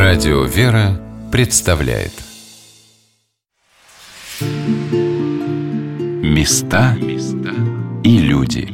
Радио «Вера» представляет Места и люди.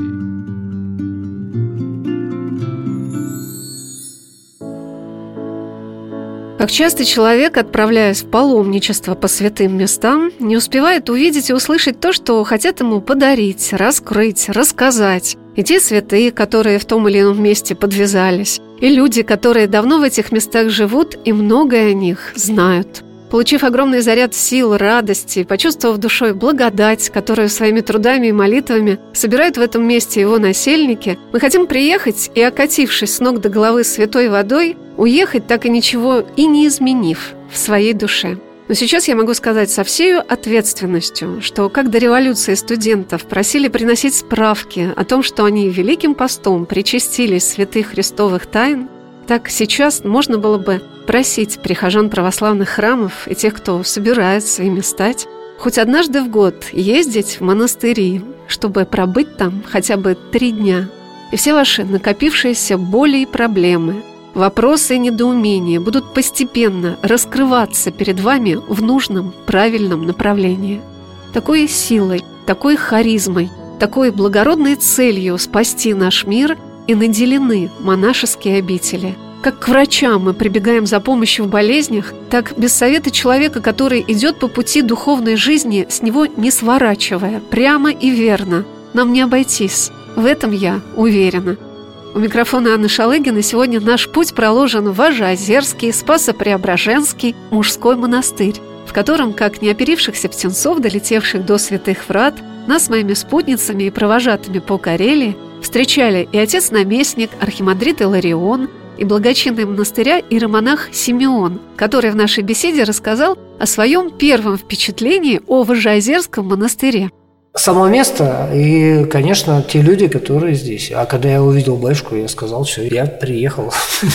Как часто человек, отправляясь в паломничество по святым местам, не успевает увидеть и услышать то, что хотят ему подарить, раскрыть, рассказать. И те святые, которые в том или ином месте подвязались, и люди, которые давно в этих местах живут и многое о них знают. Получив огромный заряд сил, радости, почувствовав душой благодать, которую своими трудами и молитвами собирают в этом месте его насельники, мы хотим приехать и, окатившись с ног до головы святой водой, уехать, так и ничего и не изменив в своей душе. Но сейчас я могу сказать со всей ответственностью, что как до революции студентов просили приносить справки о том, что они Великим постом причастились святых христовых тайн, так сейчас можно было бы просить прихожан православных храмов и тех, кто собирается ими стать, хоть однажды в год ездить в монастыри, чтобы пробыть там хотя бы 3 дня. И все ваши накопившиеся боли и проблемы, вопросы и недоумения будут постепенно раскрываться перед вами в нужном, правильном направлении. Такой силой, такой харизмой, такой благородной целью спасти наш мир и наделены монашеские обители. Как к врачам мы прибегаем за помощью в болезнях, так без совета человека, который идет по пути духовной жизни, с него не сворачивая, прямо и верно, нам не обойтись. В этом я уверена. У микрофона Анны Шалыгиной сегодня наш путь проложен в Важеозерский Спасо-Преображенский мужской монастырь, в котором, как неоперившихся птенцов, долетевших до святых врат, нас с моими спутницами и провожатыми по Карелии встречали и отец-наместник архимандрит Иларион, и благочинный монастыря иеромонах Симеон, который в нашей беседе рассказал о своем первом впечатлении о Важеозерском монастыре. Само место и, конечно, те люди, которые здесь. А когда я увидел батюшку, я сказал: все, я приехал.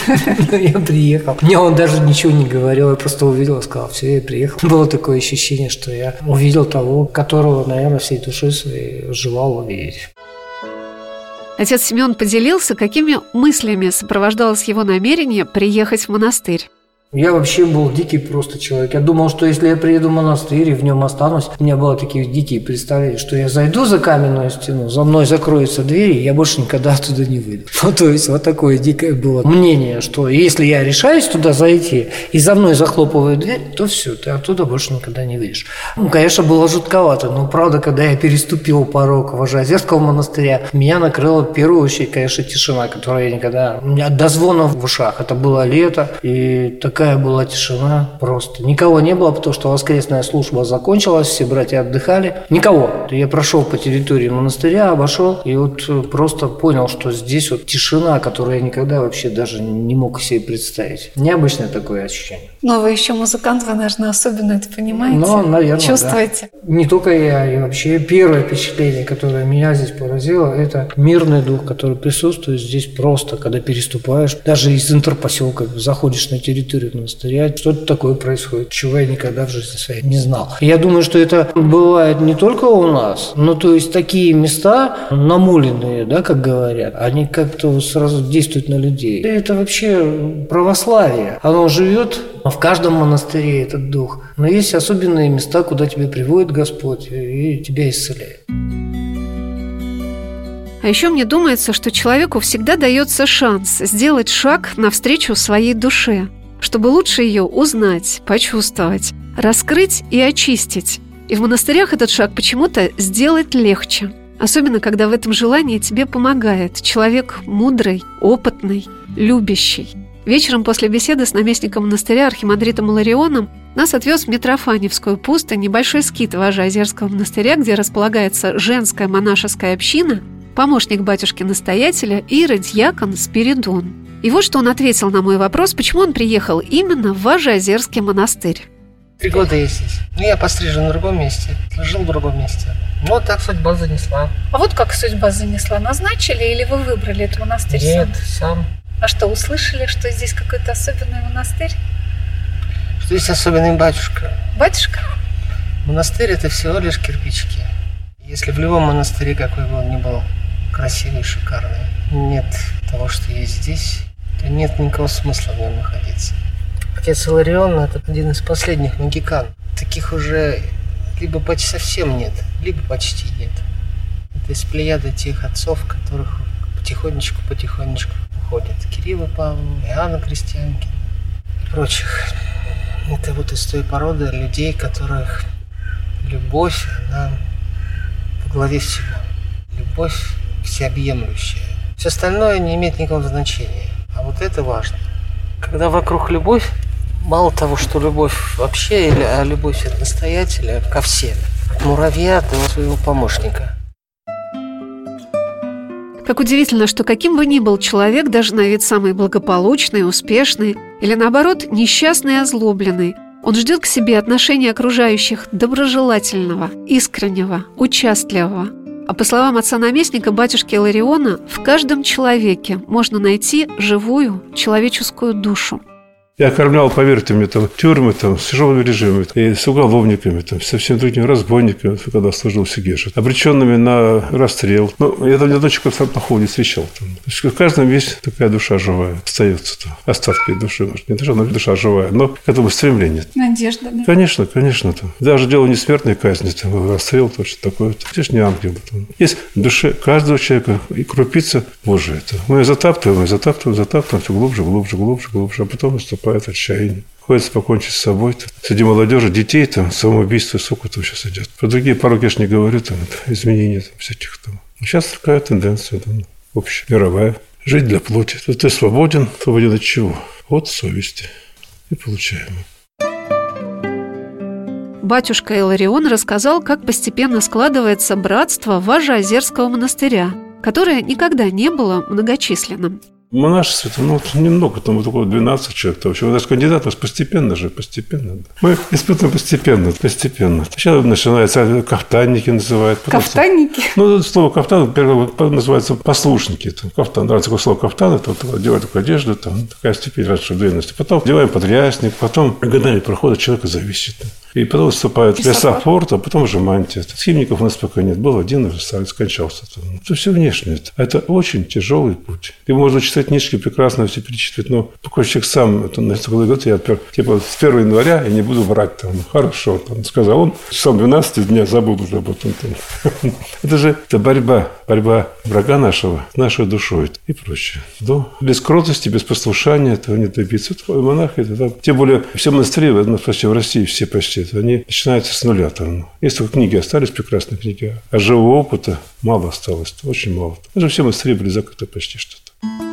Я приехал. Мне он даже ничего не говорил, я просто увидел и сказал: все, я приехал. Было такое ощущение, что я увидел того, которого, наверное, всей душой своей желал увидеть. Отец Симеон поделился, какими мыслями сопровождалось его намерение приехать в монастырь. Я вообще был дикий просто человек. Я думал, что если я приеду в монастырь и в нем останусь, у меня было такие дикие представления, что я зайду за каменную стену, за мной закроются двери, и я больше никогда оттуда не выйду. Ну, то есть, вот такое дикое было мнение, что если я решаюсь туда зайти, и за мной захлопывают дверь, то все, ты оттуда больше никогда не выйдешь. Ну, конечно, было жутковато, но, правда, когда я переступил порог Важеозерского монастыря, меня накрыла в первую очередь, конечно, тишина, которая я никогда... У меня до звона в ушах. Это было лето, и такая была тишина просто. Никого не было, потому что воскресная служба закончилась, все братья отдыхали. Никого. Я прошел по территории монастыря, обошел, и вот просто понял, что здесь вот тишина, которую я никогда вообще даже не мог себе представить. Необычное такое ощущение. Но вы еще музыкант, вы, наверное, особенно это понимаете. Ну, наверное, чувствуете. Да. Не только я, и вообще первое впечатление, которое меня здесь поразило, это мирный дух, который присутствует здесь просто, когда переступаешь. Даже из интерпоселка заходишь на территорию монастыря, что-то такое происходит, чего я никогда в жизни своей не знал. Я думаю, что это бывает не только у нас, но то есть такие места намоленные, да, как говорят, они как-то сразу действуют на людей. Это вообще православие. Оно живет в каждом монастыре, этот дух. Но есть особенные места, куда тебя приводит Господь и тебя исцеляет. А еще мне думается, что человеку всегда дается шанс сделать шаг навстречу своей душе, чтобы лучше ее узнать, почувствовать, раскрыть и очистить. И в монастырях этот шаг почему-то сделать легче. Особенно, когда в этом желании тебе помогает человек мудрый, опытный, любящий. Вечером после беседы с наместником монастыря архимандритом Иларионом нас отвез в Митрофаневскую пустынь, небольшой скит Важеозерского монастыря, где располагается женская монашеская община, помощник батюшки-настоятеля иеродьякон Спиридон. И вот что он ответил на мой вопрос, почему он приехал именно в Важеозерский монастырь. 3 года я здесь. Я пострижен в другом месте, жил в другом месте. Вот так судьба занесла. А вот как судьба занесла? Назначили или вы выбрали этот монастырь сам? Нет, сам. А что, услышали, что здесь какой-то особенный монастырь? Что здесь особенный батюшка. Батюшка? Монастырь – это всего лишь кирпичики. Если в любом монастыре, какой бы он ни был, красивый, шикарный, нет того, что есть здесь, то нет никакого смысла в нем находиться. Отец Иларион – это один из последних магикан. Таких уже либо почти совсем нет, либо почти нет. Это из плеяды тех отцов, которых потихонечку уходят. Кирилла Павлова, Иоанна Крестьянкина и прочих. Это вот из той породы людей, которых любовь, она во главе всего. Любовь всеобъемлющая. Все остальное не имеет никакого значения. А вот это важно. Когда вокруг любовь, мало того, что любовь вообще, а любовь от настоятеля ко всем. От муравья до своего помощника. Как удивительно, что каким бы ни был человек, даже на вид самый благополучный, успешный или, наоборот, несчастный и озлобленный, он ждет к себе отношения окружающих доброжелательного, искреннего, участливого. А по словам отца-наместника батюшки Илариона, в каждом человеке можно найти живую человеческую душу. Я кормлял, поверьте мне, там, тюрьмы там, с тяжелыми режимами, и с уголовниками, там, со всеми другими разбойниками, когда служил в Сегеже, обреченными на расстрел. Ну, я там ни одного человека плохого не встречал. Там. В каждом есть такая душа живая, остается там, остатки души, может, не душа, но душа живая, но к этому стремление. Надежда, да? Конечно. Там. Даже дело не смертной казни, там, расстрел, то, что такое. Здесь не ангелы. Там. Есть в душе каждого человека и крупица Божия. Там. Мы ее затаптываем, все глубже, а потом наступает отчаяние. Хочется покончить с собой. Среди молодежи, детей, там, самоубийство, сколько там сейчас идет. Про другие пороки я же не говорю, там, изменения там, всяких там. Сейчас такая тенденция там, общая, мировая. Жить для плоти. Ты свободен от чего? От совести. И получаем. Батюшка Иларион рассказал, как постепенно складывается братство Важоозерского монастыря, которое никогда не было многочисленным. Монашество, немного, там вот около 12 человек. В общем, даже кандидатов постепенно. Да. Мы испытываем постепенно. Сейчас начинается, кафтанники называют. Кафтанники? Слово кафтан называется послушники. Кафтан, нравится такое слово кафтан, это вот одевают такую одежду, там такая степень раньше в древности. Потом одеваем подрясник, потом годами прохода человека зависит. И потом выступает лесофорт, а потом уже мантия. Схимников у нас пока нет. Был один, уже скончался. Это все внешнее. Это очень тяжелый путь. И можно читать книжки, прекрасно все перечитывать, но такой человек сам, на такой год я типа с 1 января я не буду врать. Там, хорошо, там, сказал он, часом 12 дня забуду уже об этом. Это же борьба врага нашего, нашей душой и прочее. Но без кротости, без послушания этого не добиться. Монахи, тем более все монастыри, в России все почти, они начинаются с нуля. Там. Есть только книги остались, прекрасные книги, а живого опыта мало осталось, очень мало. Даже все монастыри были закрыты почти что-то.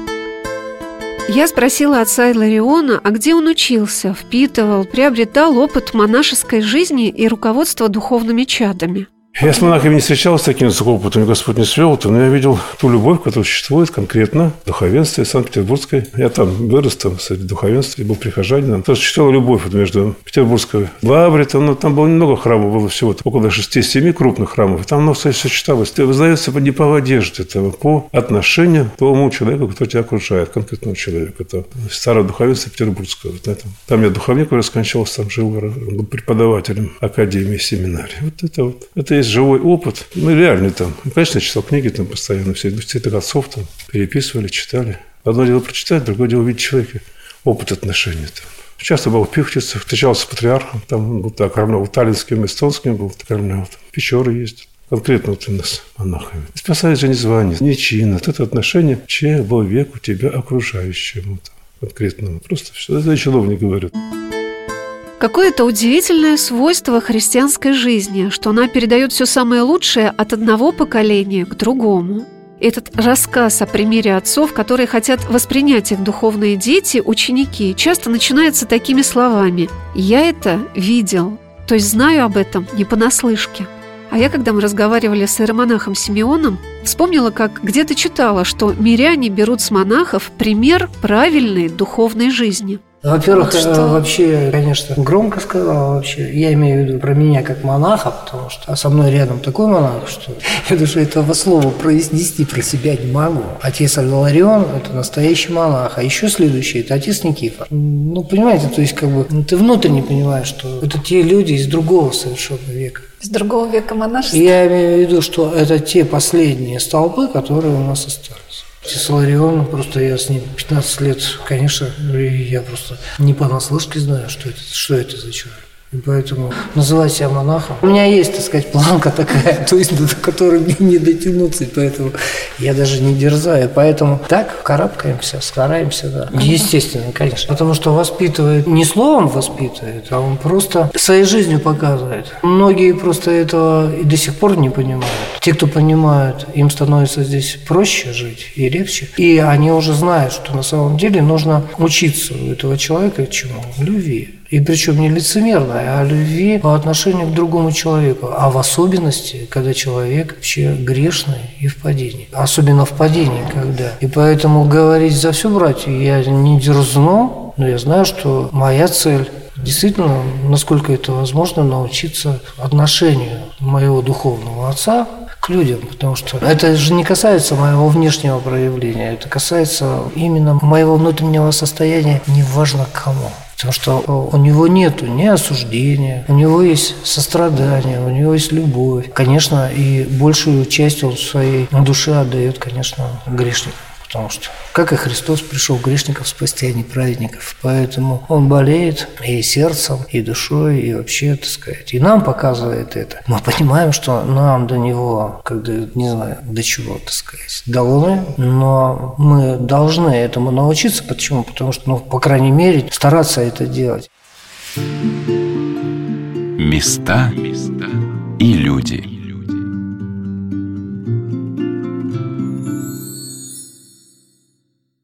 Я спросила отца Илариона, а где он учился, впитывал, приобретал опыт монашеской жизни и руководства духовными чадами. Я с монахами не встречался, с таким опытом Господь не свел, но я видел ту любовь, которая существует конкретно в духовенстве Санкт-Петербургской. Я там вырос, среди духовенства, был прихожанином. То существовала любовь между Петербургской лаврой, там было немного храмов, было всего около 6-7 крупных храмов. Там все сочеталось. Ты вызнается не по одежде, по отношению к тому человеку, который тебя окружает, конкретного человека. Это старое духовенство Петербургского. Там я духовник уже скончался, там жил, был преподавателем академии, семинарии. Это есть живой опыт. Мы реально там. Конечно, я читал книги там постоянно. Все этих отцов там переписывали, читали. Одно дело прочитать, другое дело увидеть человека. Опыт отношений там. Часто был в Пихтице, встречался с патриархом. Там он был так кормлял. Таллинским, эстонским был кормлял. Печоры ездил. Конкретно у нас монахами. Спасает же не звание, не чин. Это отношение человеку, тебя окружающему. Конкретному. Просто все. Это чиновник говорит. Какое-то удивительное свойство христианской жизни, что она передает все самое лучшее от одного поколения к другому. Этот рассказ о примере отцов, которые хотят воспринять их духовные дети, ученики, часто начинается такими словами: «Я это видел», то есть знаю об этом не понаслышке. А я, когда мы разговаривали с иеромонахом Симеоном, вспомнила, как где-то читала, что миряне берут с монахов пример правильной духовной жизни. Во-первых, вообще, конечно, громко сказала вообще. Я имею в виду про меня как монаха, потому что со мной рядом такой монах, что я даже этого слова произнести про себя не могу. Отец Иларион – это настоящий монах, а еще следующий – это отец Никифор. Понимаете, то есть ты внутренне понимаешь, что это те люди из другого совершенно века. Из другого века монашества? Я имею в виду, что это те последние столпы, которые у нас остались. Отец Иларион, просто я с ним 15 лет, конечно, и я просто не понаслышке знаю, что это за человек. И поэтому называю себя монахом. У меня есть, так сказать, планка такая, то есть до которой мне не дотянуться, и поэтому я даже не дерзаю. Поэтому так карабкаемся, стараемся, да. Естественно, конечно. Потому что воспитывает, не словом воспитывает, а он просто своей жизнью показывает. Многие просто этого и до сих пор не понимают. Те, кто понимают, им становится здесь проще жить и легче. И они уже знают, что на самом деле нужно учиться у этого человека чему? Любви. И причем не лицемерной, а любви по отношению к другому человеку. А в особенности, когда человек вообще грешный и в падении. Особенно в падении, когда. И поэтому говорить за всю братью я не дерзну, но я знаю, что моя цель действительно, насколько это возможно, научиться отношению моего духовного отца к людям, потому что это же не касается моего внешнего проявления, это касается именно моего внутреннего состояния, неважно кому. Потому что у него нету ни осуждения, у него есть сострадание, у него есть любовь. Конечно, и большую часть он своей душе отдает, конечно, грешникам. Потому что, как и Христос пришел грешников спасти, а не праведников. Поэтому он болеет и сердцем, и душой, и вообще, так сказать. И нам показывает это. Мы понимаем, что нам до него, когда, не знаю, до чего, так сказать, долго, но мы должны этому научиться. Почему? Потому что, по крайней мере, стараться это делать. Места и люди.